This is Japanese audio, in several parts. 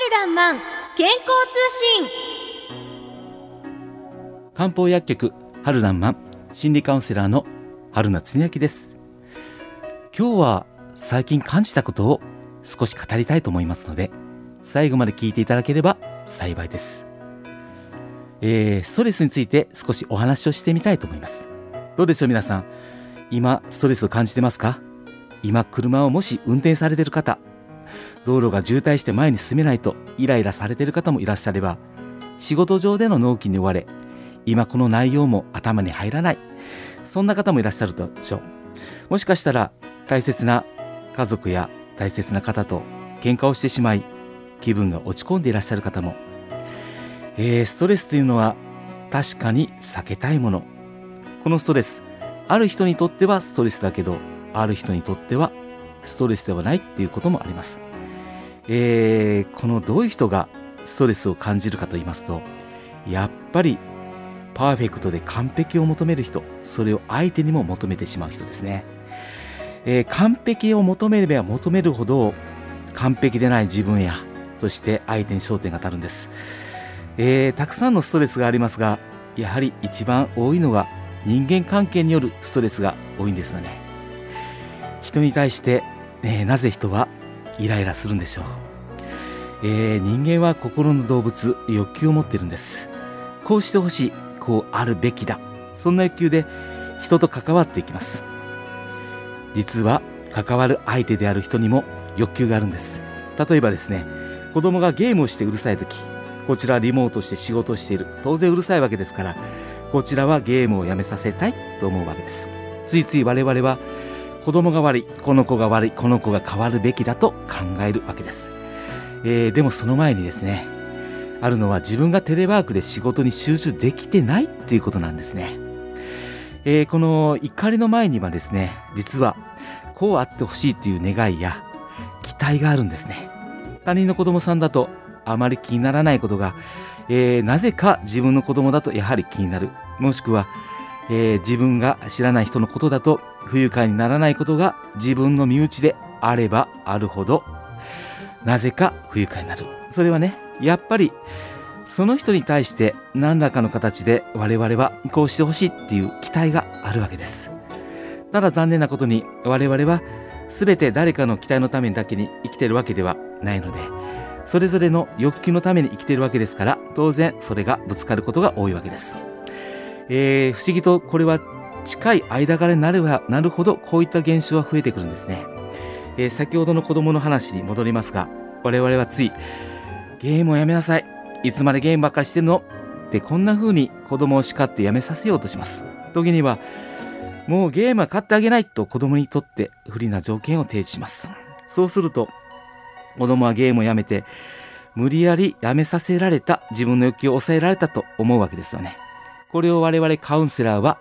るらんまん健康通信。 漢方薬局春らんまん心理カウンセラーの春名恒明です。今日は最近感じたことを少し語りたいと思いますので、最後まで聞いていただければ幸いです。ストレスについて少しお話をしてみたいと思います。どうでしょう皆さん、今ストレスを感じてますか？今車をもし運転されている方、道路が渋滞して前に進めないとイライラされている方もいらっしゃれば、仕事上での納期に追われ今この内容も頭に入らない、そんな方もいらっしゃるでしょう。もしかしたら大切な家族や大切な方と喧嘩をしてしまい気分が落ち込んでいらっしゃる方も、ストレスというのは確かに避けたいもの。このストレス、ある人にとってはストレスだけど、ある人にとってはストレスではないっていうこともあります。このどういう人がストレスを感じるかと言いますと、やっぱりパーフェクトで完璧を求める人、それを相手にも求めてしまう人ですね。完璧を求めれば求めるほど完璧でない自分や、そして相手に焦点が当たるんです。たくさんのストレスがありますが、やはり一番多いのが人間関係によるストレスが多いんですよね。人に対して、なぜ人はイライラするんでしょう。人間は心の動物、欲求を持っているんです。こうしてほしい、こうあるべきだ、そんな欲求で人と関わっていきます。実は関わる相手である人にも欲求があるんです。例えばですね、子供がゲームをしてうるさいとき、こちらはリモートして仕事をしている、当然うるさいわけですから、こちらはゲームをやめさせたいと思うわけです。ついつい我々は子供が悪い、この子が悪い、この子が変わるべきだと考えるわけです。でもその前にですね、あるのは自分がテレワークで仕事に集中できてないっていうことなんですね。この怒りの前にはですね、実はこうあってほしいという願いや期待があるんですね。他人の子供さんだとあまり気にならないことが、なぜか自分の子供だとやはり気になる。もしくは、自分が知らない人のことだと不愉快にならないことが自分の身内であればあるほどなぜか不愉快になる。それはね、やっぱりその人に対して何らかの形で我々はこうしてほしいっていう期待があるわけです。ただ残念なことに我々は全て誰かの期待のためにだけに生きているわけではないので、それぞれの欲求のために生きているわけですから、当然それがぶつかることが多いわけです。不思議とこれは近い間柄になればなるほどこういった現象は増えてくるんですね。先ほどの子供の話に戻りますが、我々はついゲームをやめなさい、いつまでゲームばっかりしてるのってこんな風に子供を叱ってやめさせようとします。時にはもうゲームは買ってあげないと子供にとって不利な条件を提示します。そうすると子供はゲームをやめて無理やりやめさせられた、自分の欲求を抑えられたと思うわけですよね。これを我々カウンセラーは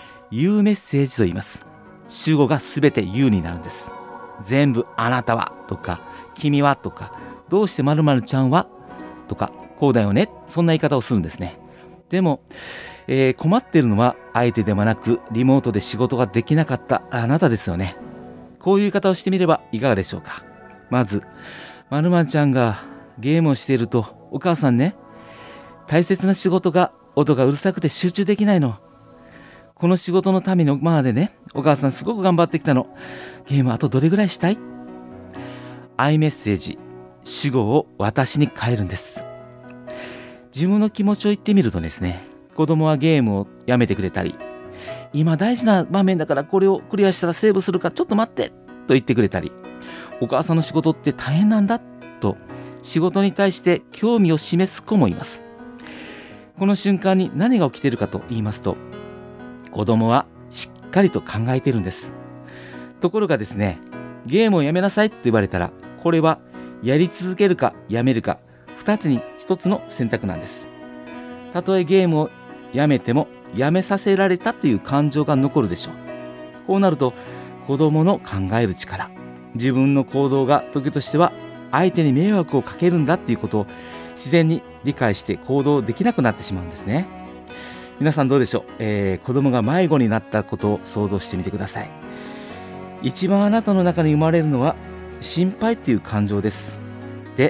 Youメッセージと言います。主語がすべて You になるんです。全部あなたはとか君はとかどうして〇〇ちゃんはとかこうだよね、そんな言い方をするんですね。でも、困っているのは相手ではなくリモートで仕事ができなかったあなたですよね。こういう言い方をしてみればいかがでしょうか。まず〇〇ちゃんがゲームをしていると、お母さんね、大切な仕事が音がうるさくて集中できないの。この仕事のためにまでね、お母さんすごく頑張ってきたの。ゲームあとどれぐらいしたい？アイメッセージ、主語を私に変えるんです。自分の気持ちを言ってみるとですね、子供はゲームをやめてくれたり、今大事な場面だからこれをクリアしたらセーブするからちょっと待ってと言ってくれたり、お母さんの仕事って大変なんだと仕事に対して興味を示す子もいます。この瞬間に何が起きているかと言いますと、子供はしっかりと考えているんです。ところがですね、ゲームをやめなさいと言われたら、これはやり続けるかやめるか2つに1つの選択なんです。たとえゲームをやめてもやめさせられたという感情が残るでしょう。こうなると子供の考える力、自分の行動が時としては相手に迷惑をかけるんだということを自然に理解して行動できなくなってしまうんですね。皆さんどうでしょう。子供が迷子になったことを想像してみてください。一番あなたの中に生まれるのは心配っていう感情です。で、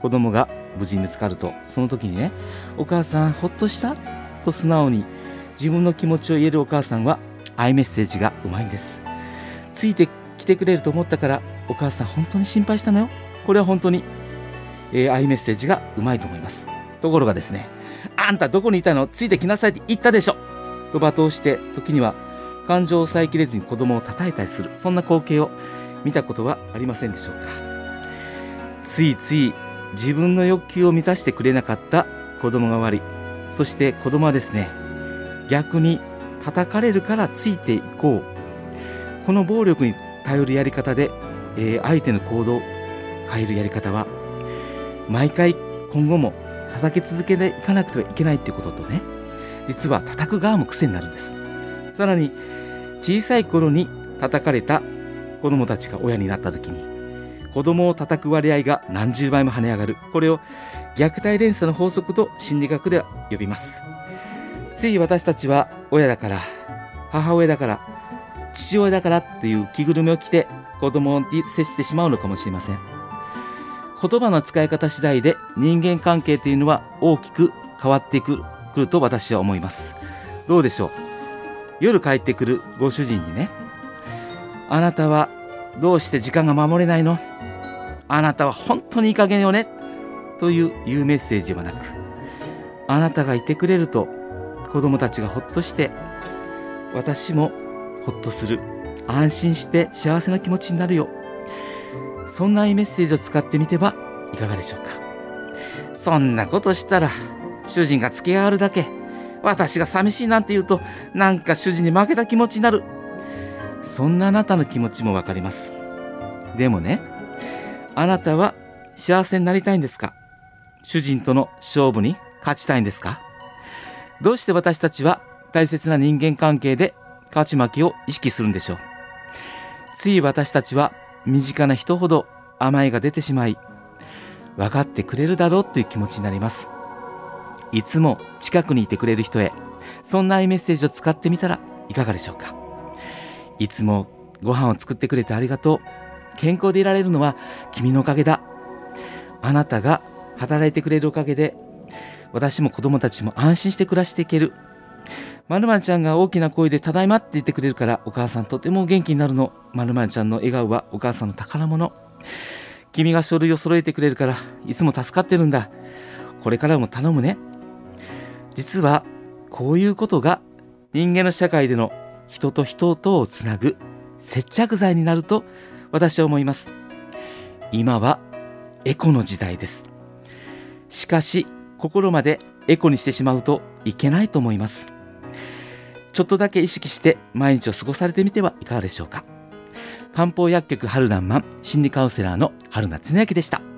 子供が無事に見つかると、その時にね、お母さんほっとしたと素直に自分の気持ちを言えるお母さんはアイメッセージがうまいんです。ついてきてくれると思ったからお母さん本当に心配したのよ。これは本当に、アイメッセージがうまいと思います。ところがですね、あんたどこにいたの、ついてきなさいって言ったでしょと罵倒して、時には感情を抑えきれずに子供を叩いたりする、そんな光景を見たことはありませんでしょうか。ついつい自分の欲求を満たしてくれなかった子供が悪い。そして子供はですね、逆に叩かれるからついていこう、この暴力に頼るやり方で、相手の行動を変えるやり方は毎回今後も叩き続けていかなくてはいけないということとね、実は叩く側も癖になるんです。さらに小さい頃に叩かれた子供たちが親になった時に子供を叩く割合が何十倍も跳ね上がる。これを虐待連鎖の法則と心理学では呼びます。つい私たちは親だから、母親だから、父親だからという着ぐるみを着て子供に接してしまうのかもしれません。言葉の使い方次第で人間関係というのは大きく変わってくると私は思います。どうでしょう。夜帰ってくるご主人にね、あなたはどうして時間が守れないの、あなたは本当にいい加減よねというメッセージではなく、あなたがいてくれると子供たちがほっとして私もほっとする、安心して幸せな気持ちになるよ、そんなメッセージを使ってみてはいかがでしょうか。そんなことしたら主人がつけ上がるだけ、私が寂しいなんて言うとなんか主人に負けた気持ちになる、そんなあなたの気持ちもわかります。でもね、あなたは幸せになりたいんですか、主人との勝負に勝ちたいんですか。どうして私たちは大切な人間関係で勝ち負けを意識するんでしょう。つい私たちは身近な人ほど甘えが出てしまい、分かってくれるだろうという気持ちになります。いつも近くにいてくれる人へ、そんなメッセージを使ってみたらいかがでしょうか。いつもご飯を作ってくれてありがとう、健康でいられるのは君のおかげだ、あなたが働いてくれるおかげで私も子供たちも安心して暮らしていける、〇〇ちゃんが大きな声でただいまって言ってくれるからお母さんとても元気になるの、〇〇ちゃんの笑顔はお母さんの宝物、君が書類を揃えてくれるからいつも助かってるんだ、これからも頼むね。実はこういうことが人間の社会での人と人とをつなぐ接着剤になると私は思います。今はエコの時代です。しかし心までエコにしてしまうといけないと思います。ちょっとだけ意識して毎日を過ごされてみてはいかがでしょうか。漢方薬局春らんまん心理カウンセラーの春名恒明でした。